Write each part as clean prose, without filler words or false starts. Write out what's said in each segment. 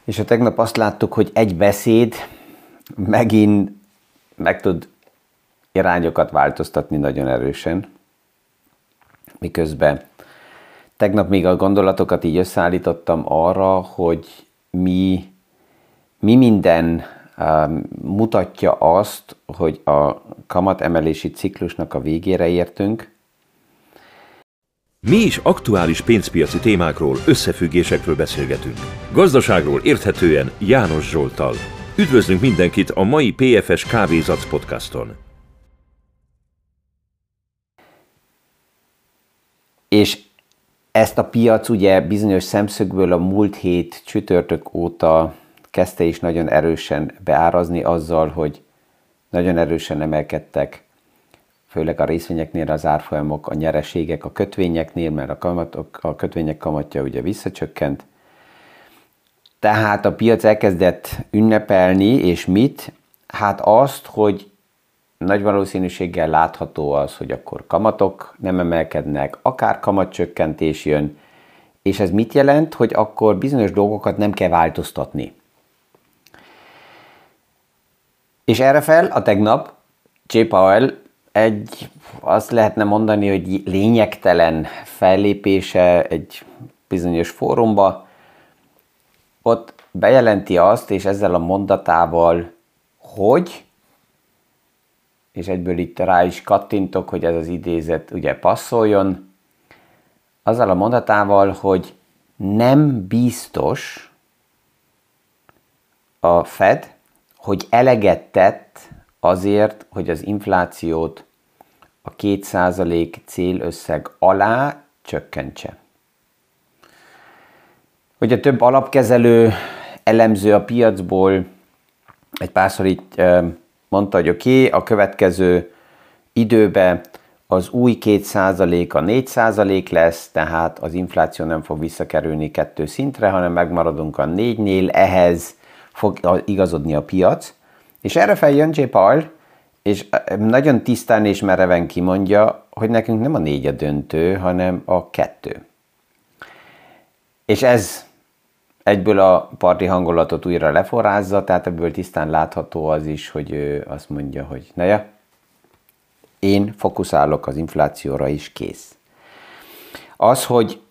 És a tegnap azt láttuk, hogy egy beszéd megint meg tud irányokat változtatni nagyon erősen, miközben tegnap még a gondolatokat így összeállítottam arra, hogy mi minden mutatja azt, hogy a kamatemelési ciklusnak a végére értünk. Mi is aktuális pénzpiaci témákról, összefüggésekről beszélgetünk. Gazdaságról érthetően János Zsolttal. Üdvözlünk mindenkit a mai PFS Kávézac podcaston. És ezt a piac ugye bizonyos szemszögből a múlt hét csütörtök óta kezdte is nagyon erősen beárazni azzal, hogy nagyon erősen emelkedtek, főleg a részvényeknél az árfolyamok, a nyereségek a kötvényeknél, mert a kötvények kamatja ugye visszacsökkent. Tehát a piac elkezdett ünnepelni, és mit? Hát azt, hogy nagy valószínűséggel látható az, hogy akkor kamatok nem emelkednek, akár kamatcsökkentés jön, és ez mit jelent? Hogy akkor bizonyos dolgokat nem kell változtatni. És erre fel a tegnap Jay Powell azt lehetne mondani, hogy lényegtelen fellépése egy bizonyos fórumba, ott bejelenti azt, és ezzel a mondatával, hogy, és egyből itt rá is kattintok, hogy ez az idézet ugye passzoljon, azzal a mondatával, hogy nem biztos a Fed, hogy eleget tett azért, hogy az inflációt a 2% célösszeg alá csökkentse. Ugye több alapkezelő, elemző a piacból egy párszor itt mondta, hogy oké, a következő időben az új 2% a 4% lesz, tehát az infláció nem fog visszakerülni 2 szintre, hanem megmaradunk a 4-nél, ehhez fog igazodni a piac. És erre feljön Jay Powell, és nagyon tisztán és mereven kimondja, hogy nekünk nem a 4 a döntő, hanem a 2. És ez egyből a parti hangulatot újra leforrázza, tehát ebből tisztán látható az is, hogy ő azt mondja, hogy naja, én fokuszálok az inflációra is, kész. Az, hogy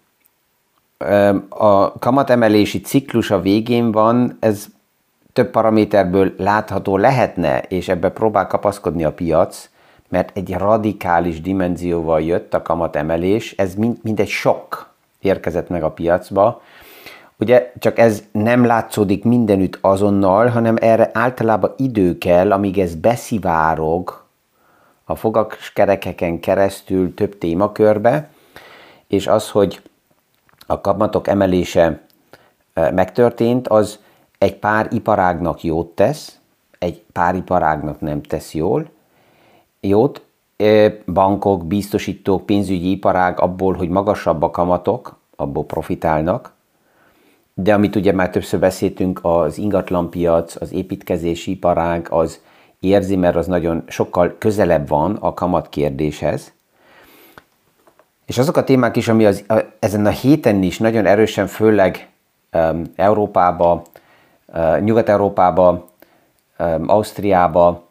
a kamatemelési ciklus a végén van, ez több paraméterből látható lehetne, és ebbe próbál kapaszkodni a piac, mert egy radikális dimenzióval jött a kamatemelés, ez mint egy sokk érkezett meg a piacba. Ugye csak ez nem látszódik mindenütt azonnal, hanem erre általában idő kell, amíg ez beszivárog a fogaskerekeken keresztül több témakörbe, és az, hogy a kamatok emelése megtörtént, az egy pár iparágnak jót tesz, egy pár iparágnak nem tesz jót. Bankok, biztosítók, pénzügyi iparág abból, hogy magasabb a kamatok, abból profitálnak. De amit ugye már többször beszéltünk, az ingatlanpiac, az építkezési iparág, az érzi, mert az nagyon sokkal közelebb van a kamat kérdéshez. És azok a témák is, ami ezen a héten is nagyon erősen, főleg Európába, Nyugat-Európába, Ausztriába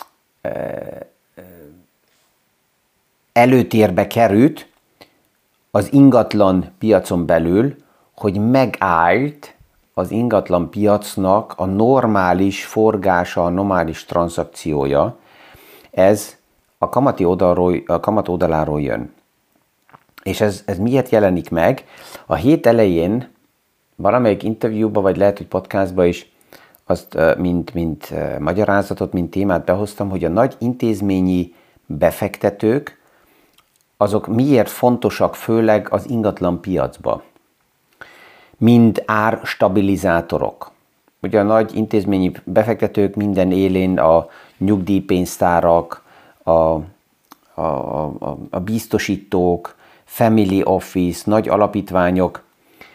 előtérbe került az ingatlan piacon belül, hogy megállt az ingatlan piacnak a normális forgása, a normális tranzakciója. Ez a kamat oldaláról jön. És ez miért jelenik meg? A hét elején valamelyik interjúban, vagy lehet, hogy podcastban is azt mint magyarázatot, mint témát behoztam, hogy a nagy intézményi befektetők, azok miért fontosak főleg az ingatlan piacba, mint árstabilizátorok. Ugye a nagy intézményi befektetők minden élén, a nyugdíjpénztárak, a biztosítók, family office, nagy alapítványok,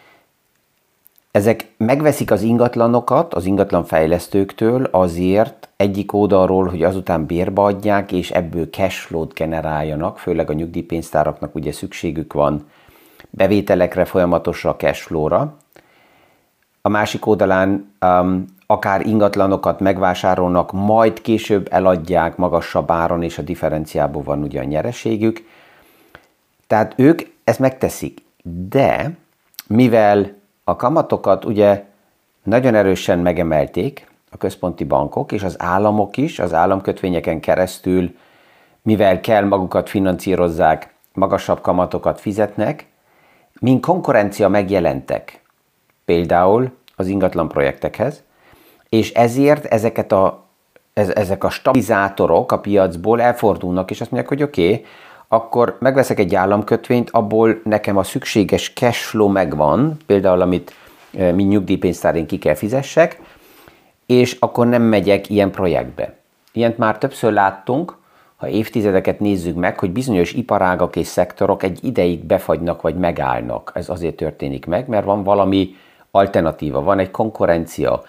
ezek megveszik az ingatlanokat az ingatlanfejlesztőktől azért egyik oldalról, hogy azután bérbe adják, és ebből cashflow-t generáljanak, főleg a nyugdíjpénztáraknak ugye szükségük van bevételekre, folyamatosra, cashflow-ra. a másik oldalán akár ingatlanokat megvásárolnak, majd később eladják magasabb áron, és a differenciából van ugye a nyereségük. Tehát ők ezt megteszik. De mivel a kamatokat ugye nagyon erősen megemelték a központi bankok, és az államok is, az államkötvényeken keresztül, mivel kell magukat finanszírozzák, magasabb kamatokat fizetnek, mint konkurencia megjelentek például az ingatlan projektekhez, és ezért ezek a stabilizátorok a piacból elfordulnak, és azt mondják, hogy oké, akkor megveszek egy államkötvényt, abból nekem a szükséges cashflow megvan, például amit mint nyugdíjpénztárén ki kell fizessek, és akkor nem megyek ilyen projektbe. Ilyent már többször láttunk, ha évtizedeket nézzük meg, hogy bizonyos iparágak és szektorok egy ideig befagynak vagy megállnak. Ez azért történik meg, mert van valami alternatíva, van egy konkurencia.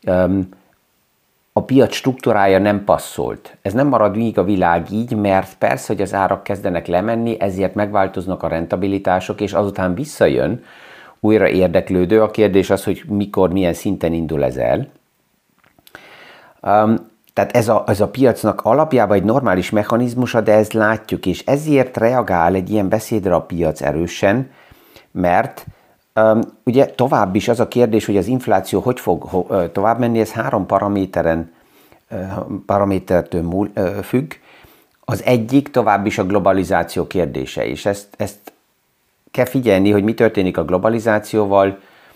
A piac struktúrája nem passzolt. Ez nem marad végig a világ így, mert persze, hogy az árak kezdenek lemenni, ezért megváltoznak a rentabilitások, és azután visszajön újra érdeklődő. A kérdés az, hogy mikor, milyen szinten indul ez el. Tehát ez a piacnak alapjában egy normális mechanizmusa, de ezt látjuk, és ezért reagál egy ilyen beszédre a piac erősen, mert ugye tovább is az a kérdés, hogy az infláció hogy fog tovább menni, ez 3 paramétertől függ. Az egyik tovább is a globalizáció kérdése, és ezt kell figyelni, hogy mi történik a globalizációval.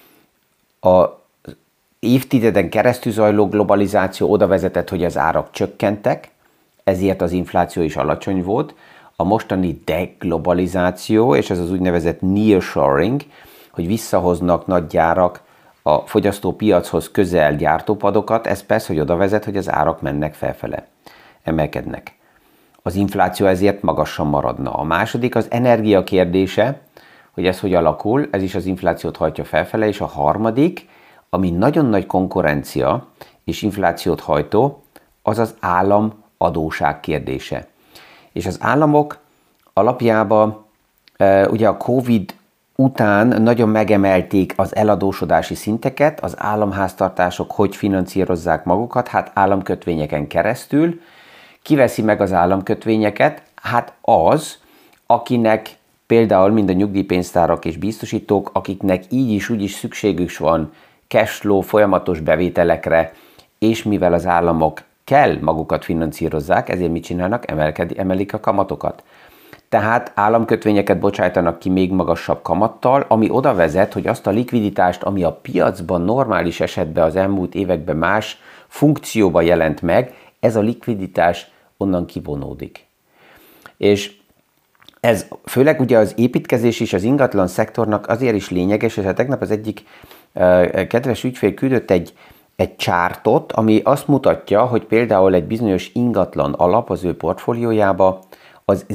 A évtizeden keresztül zajló globalizáció oda vezetett, hogy az árak csökkentek, ezért az infláció is alacsony volt. A mostani deglobalizáció, és ez az úgynevezett nearshoring, hogy visszahoznak nagy gyárak a fogyasztópiachoz közel gyártópadokat, ez persze, hogy oda vezet, hogy az árak mennek felfele, emelkednek. Az infláció ezért magasan maradna. A második az energia kérdése, hogy ez hogy alakul, ez is az inflációt hajtja felfele, és a harmadik, ami nagyon nagy konkurencia és inflációt hajtó, az az állam adóság kérdése. És az államok alapjában ugye a Covid után nagyon megemelték az eladósodási szinteket, az államháztartások hogy finanszírozzák magukat, hát államkötvényeken keresztül. Ki veszi meg az államkötvényeket? Hát az, akinek például mind a nyugdíjpénztárak és biztosítók, akiknek így is úgy is szükségük van cashflow, folyamatos bevételekre, és mivel az államok kell magukat finanszírozzák, ezért mit csinálnak? Emelik a kamatokat. Tehát államkötvényeket bocsájtanak ki még magasabb kamattal, ami oda vezet, hogy azt a likviditást, ami a piacban normális esetben az elmúlt években más funkcióba jelent meg, ez a likviditás onnan kivonódik. És ez főleg ugye az építkezés és az ingatlan szektornak azért is lényeges, és tegnap az egyik kedves ügyfél küldött egy csártot, ami azt mutatja, hogy például egy bizonyos ingatlan alap az ő portfóliójába az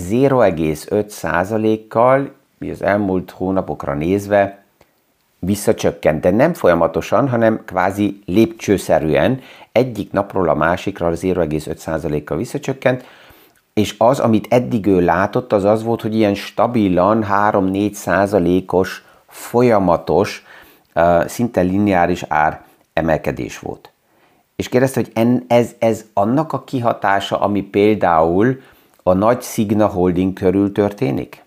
0,5%-kal az elmúlt hónapokra nézve visszacsökkent, de nem folyamatosan, hanem kvázi lépcsőszerűen egyik napról a másikra az 0,5%-kal visszacsökkent, és az, amit eddig ő látott, az az volt, hogy ilyen stabilan 3-4%-os folyamatos, szinte lineáris ár emelkedés volt. És kérdezte, hogy ez annak a kihatása, ami például a nagy Signa Holding körül történik?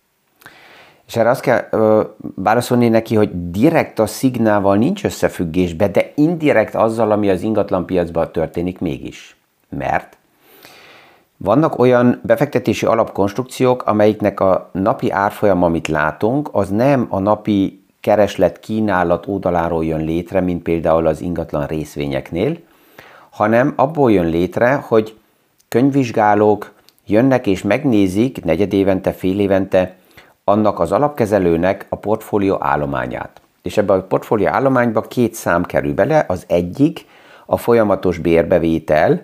És erre azt kell válaszolni neki, hogy direkt a Signával nincs összefüggésbe, de indirekt azzal, ami az ingatlanpiacban történik mégis. Mert vannak olyan befektetési alapkonstrukciók, amelyiknek a napi árfolyam, amit látunk, az nem a napi kereslet kínálat oldaláról jön létre, mint például az ingatlan részvényeknél, hanem abból jön létre, hogy könyvvizsgálók jönnek és megnézik negyedévente, fél évente annak az alapkezelőnek a portfólió állományát. És ebben a portfólió állományban 2 szám kerül bele, az egyik a folyamatos bérbevétel,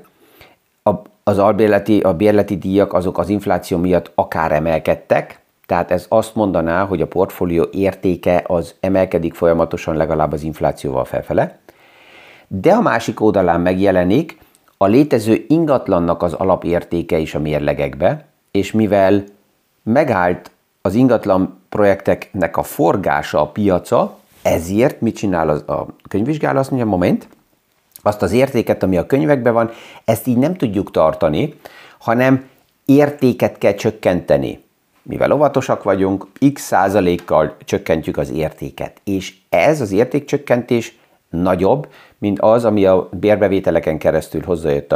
a bérleti díjak azok az infláció miatt akár emelkedtek, tehát ez azt mondaná, hogy a portfólió értéke az emelkedik folyamatosan legalább az inflációval felfele. De a másik oldalán megjelenik a létező ingatlannak az alapértéke is a mérlegekbe, és mivel megállt az ingatlan projekteknek a forgása, a piaca, ezért mit csinál a könyvvizsgáló? Azt mondja, moment, azt az értéket, ami a könyvekben van, ezt így nem tudjuk tartani, hanem értéket kell csökkenteni. Mivel óvatosak vagyunk, x% csökkentjük az értéket. És ez az értékcsökkentés nagyobb, mint az, ami a bérbevételeken keresztül hozzájött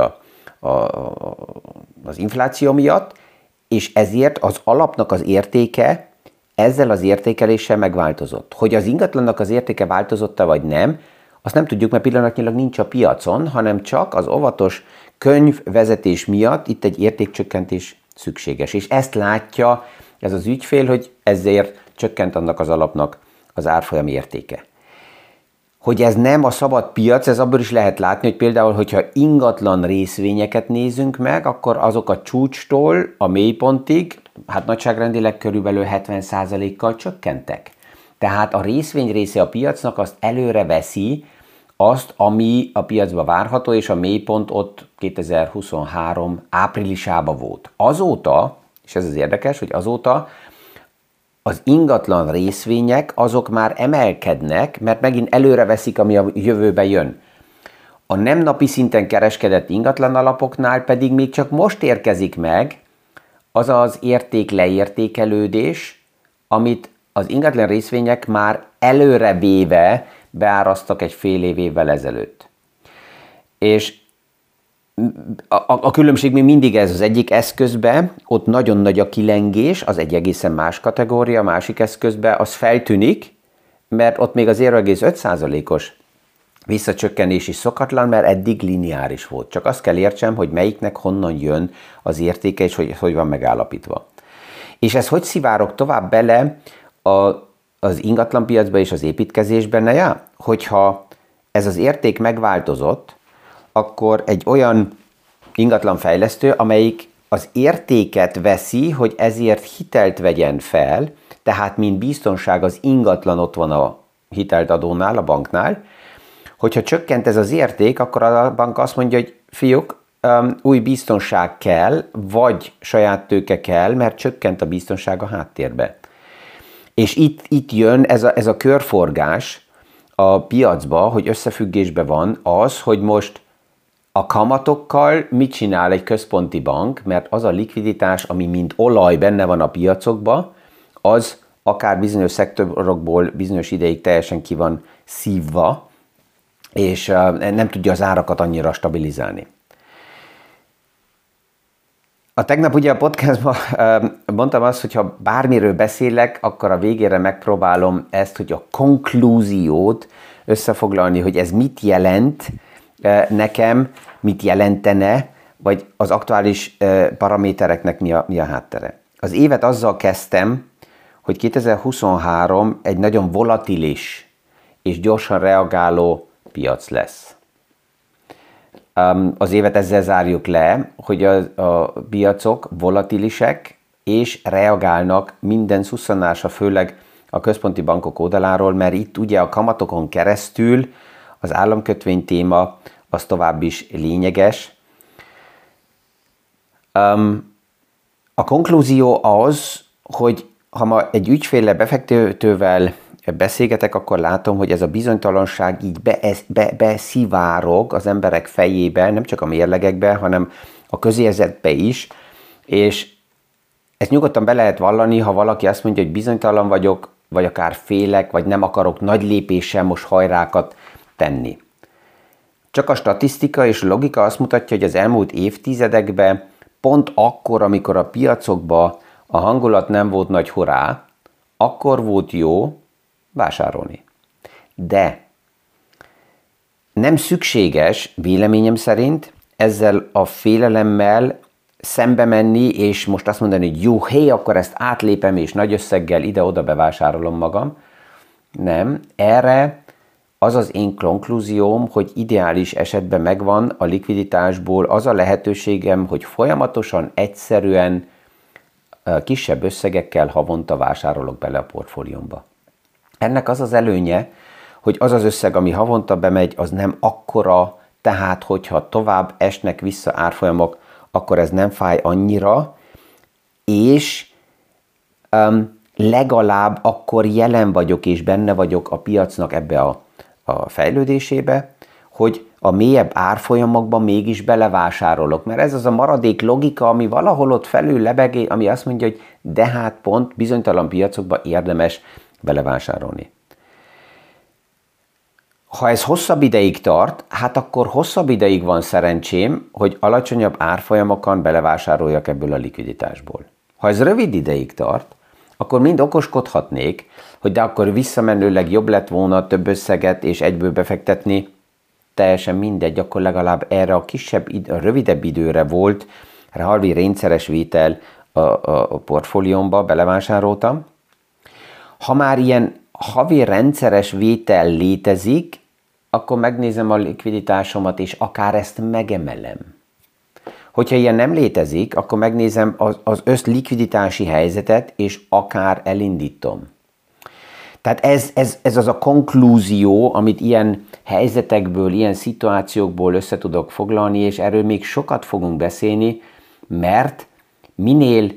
az infláció miatt, és ezért az alapnak az értéke ezzel az értékeléssel megváltozott. Hogy az ingatlannak az értéke változott-e vagy nem, azt nem tudjuk, mert pillanatnyilag nincs a piacon, hanem csak az óvatos könyvvezetés miatt itt egy értékcsökkentés szükséges. És ezt látja ez az ügyfél, hogy ezért csökkent annak az alapnak az árfolyam értéke. Hogy ez nem a szabad piac, ez abból is lehet látni, hogy például, hogyha ingatlan részvényeket nézünk meg, akkor azok a csúcstól a mélypontig, hát nagyságrendileg körülbelül 70%-kal csökkentek. Tehát a részvény része a piacnak azt előre veszi azt, ami a piacba várható, és a mélypont ott 2023 áprilisában volt. Azóta, és ez az érdekes, hogy azóta az ingatlan részvények azok már emelkednek, mert megint előre veszik, ami a jövőbe jön. A nem napi szinten kereskedett ingatlan alapoknál pedig még csak most érkezik meg az az érték leértékelődés, amit az ingatlan részvények már előre véve beárasztak egy fél évvel ezelőtt. És a különbség még mindig ez az egyik eszközben, ott nagyon nagy a kilengés, az egy egészen más kategória, a másik eszközben az feltűnik, mert ott még az 0,5%-os visszacsökkenés is szokatlan, mert eddig lineáris volt. Csak azt kell értsem, hogy melyiknek honnan jön az értéke, és hogy van megállapítva. És ez hogy szivárog tovább bele az ingatlanpiacba és az építkezésben? Hogyha ez az érték megváltozott, akkor egy olyan ingatlanfejlesztő, amelyik az értéket veszi, hogy ezért hitelt vegyen fel, tehát mint biztonság az ingatlan ott van a hitelt adónál, a banknál, hogyha csökkent ez az érték, akkor a bank azt mondja, hogy fiúk, új biztonság kell, vagy saját tőke kell, mert csökkent a biztonság a háttérbe. És itt jön ez a körforgás a piacba, hogy összefüggésben van az, hogy most a kamatokkal mit csinál egy központi bank, mert az a likviditás, ami mint olaj benne van a piacokban, az akár bizonyos szektorokból bizonyos ideig teljesen ki van szívva, és nem tudja az árakat annyira stabilizálni. Tegnap ugye a podcastban mondtam azt, hogy ha bármiről beszélek, akkor a végére megpróbálom ezt, hogy a konklúziót összefoglalni, hogy ez mit jelent nekem, mit jelentene, vagy az aktuális paramétereknek mi a háttere. Az évet azzal kezdtem, hogy 2023 egy nagyon volatilis és gyorsan reagáló piac lesz. Az évet ezzel zárjuk le, hogy a piacok volatilisek és reagálnak minden szusszanásra, főleg a központi bankok oldaláról, mert itt ugye a kamatokon keresztül az államkötvény téma az tovább is lényeges. A konklúzió az, hogy ha ma egy ügyféllel, befektetővel beszélgetek, akkor látom, hogy ez a bizonytalanság így beszivárog az emberek fejébe, nem csak a mérlegekbe, hanem a közérzetbe is, és ezt nyugodtan be lehet vallani, ha valaki azt mondja, hogy bizonytalan vagyok, vagy akár félek, vagy nem akarok nagy lépéssel most hajrákat tenni. Csak a statisztika és a logika azt mutatja, hogy az elmúlt évtizedekben pont akkor, amikor a piacokban a hangulat nem volt nagy horá, akkor volt jó vásárolni. De nem szükséges, véleményem szerint, ezzel a félelemmel szembe menni, és most azt mondani, hogy jó, akkor ezt átlépem, és nagy összeggel ide-oda bevásárolom magam. Nem, erre az az én konklúzióm, hogy ideális esetben megvan a likviditásból az a lehetőségem, hogy folyamatosan, egyszerűen kisebb összegekkel havonta vásárolok bele a portfóliómba. Ennek az az előnye, hogy az az összeg, ami havonta bemegy, az nem akkora, tehát hogyha tovább esnek vissza árfolyamok, akkor ez nem fáj annyira, és legalább akkor jelen vagyok és benne vagyok a piacnak ebbe a fejlődésébe, hogy a mélyebb árfolyamokban mégis belevásárolok. Mert ez az a maradék logika, ami valahol ott felül lebeg, ami azt mondja, hogy de hát pont bizonytalan piacokban érdemes belevásárolni. Ha ez hosszabb ideig tart, hát akkor hosszabb ideig van szerencsém, hogy alacsonyabb árfolyamokon belevásároljak ebből a likviditásból. Ha ez rövid ideig tart, akkor mind okoskodhatnék, hogy de akkor visszamenőleg jobb lett volna több összeget és egyből befektetni, teljesen mindegy, akkor legalább erre a a rövidebb időre volt havi rendszeres vétel a portfóliómba, belevásároltam. Ha már ilyen havi rendszeres vétel létezik, akkor megnézem a likviditásomat, és akár ezt megemelem. Hogyha ilyen nem létezik, akkor megnézem az likviditási helyzetet, és akár elindítom. Tehát ez az a konklúzió, amit ilyen helyzetekből, ilyen szituációkból össze tudok foglalni, és erről még sokat fogunk beszélni, mert minél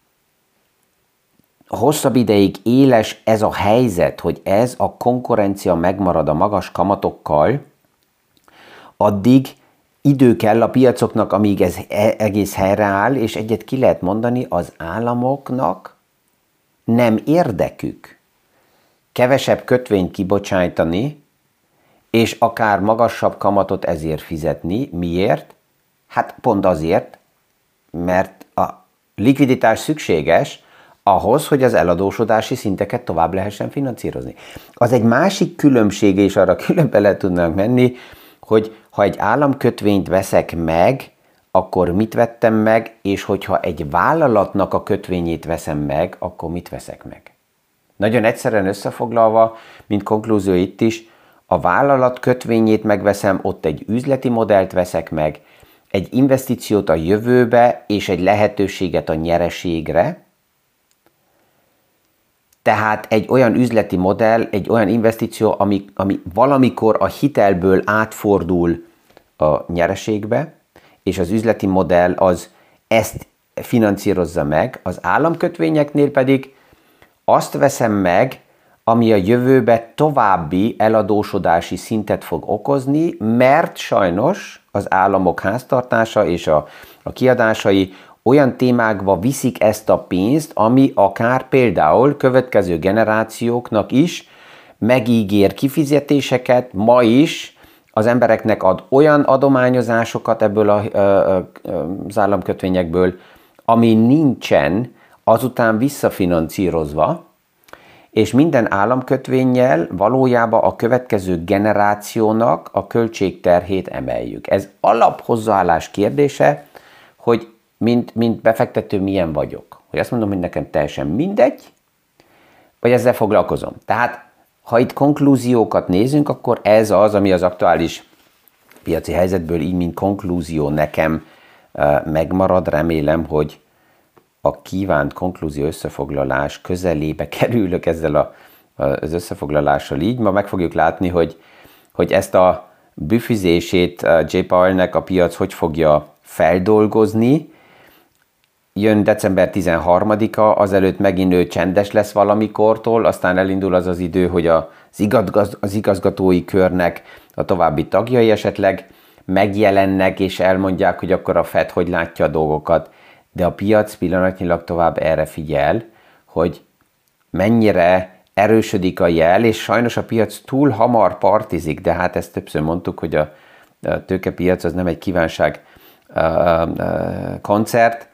hosszabb ideig éles ez a helyzet, hogy ez a konkurencia megmarad a magas kamatokkal, addig idő kell a piacoknak, amíg ez egész helyreáll, és egyet ki lehet mondani, az államoknak nem érdekük kevesebb kötvényt kibocsájtani, és akár magasabb kamatot ezért fizetni. Miért? Hát pont azért, mert a likviditás szükséges ahhoz, hogy az eladósodási szinteket tovább lehessen finanszírozni. Az egy másik különbség, és arra külön bele tudnánk menni, hogy ha egy államkötvényt veszek meg, akkor mit vettem meg, és hogyha egy vállalatnak a kötvényét veszem meg, akkor mit veszek meg. Nagyon egyszerűen összefoglalva, mint konklúzió itt is, a vállalat kötvényét megveszem, ott egy üzleti modellt veszek meg, egy investíciót a jövőbe, és egy lehetőséget a nyereségre. Tehát egy olyan üzleti modell, egy olyan investíció, ami valamikor a hitelből átfordul a nyereségbe, és az üzleti modell az ezt finanszírozza meg, az államkötvényeknél pedig azt veszem meg, ami a jövőbe további eladósodási szintet fog okozni, mert sajnos az államok háztartása és a kiadásai olyan témákba viszik ezt a pénzt, ami akár például következő generációknak is megígér kifizetéseket, ma is az embereknek ad olyan adományozásokat ebből az államkötvényekből, ami nincsen azután visszafinanszírozva, és minden államkötvénnyel valójában a következő generációnak a költségterhét emeljük. Ez alaphozzáállás kérdése, hogy mint befektető milyen vagyok. Hogy azt mondom, hogy nekem teljesen mindegy, vagy ezzel foglalkozom. Tehát, ha itt konklúziókat nézünk, akkor ez az, ami az aktuális piaci helyzetből így, mint konklúzió nekem megmarad. Remélem, hogy a kívánt konklúzió összefoglalás közelébe kerülök ezzel az összefoglalással így. Ma meg fogjuk látni, hogy ezt a büfizését Jay Powellnek a piac hogy fogja feldolgozni. Jön december 13-a, azelőtt megint ő csendes lesz valamikortól, aztán elindul az idő, hogy az igazgatói körnek a további tagjai esetleg megjelennek, és elmondják, hogy akkor a Fed hogy látja a dolgokat. De a piac pillanatnyilag tovább erre figyel, hogy mennyire erősödik a jel, és sajnos a piac túl hamar partizik, de hát ezt többször mondtuk, hogy a tőkepiac az nem egy kívánság koncert,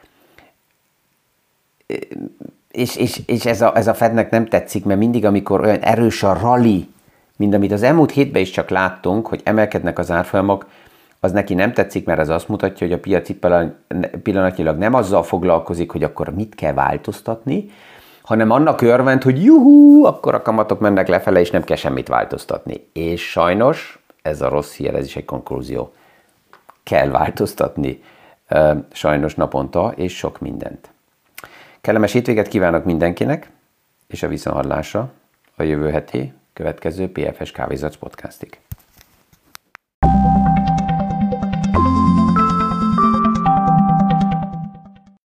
és ez a Fednek nem tetszik, mert mindig, amikor olyan erős a rally, mint amit az elmúlt hétben is csak láttunk, hogy emelkednek az árfolyamok, az neki nem tetszik, mert ez azt mutatja, hogy a piac pillanatnyilag nem azzal foglalkozik, hogy akkor mit kell változtatni, hanem annak örvend, hogy juhú, akkor a kamatok mennek lefele, és nem kell semmit változtatni. És sajnos, ez a rossz hír, ez is egy konklúzió, kell változtatni sajnos naponta, és sok mindent. Kellemes hétvéget kívánok mindenkinek, és a viszonthallásra a jövő heti következő PFS Kávézac podcastig.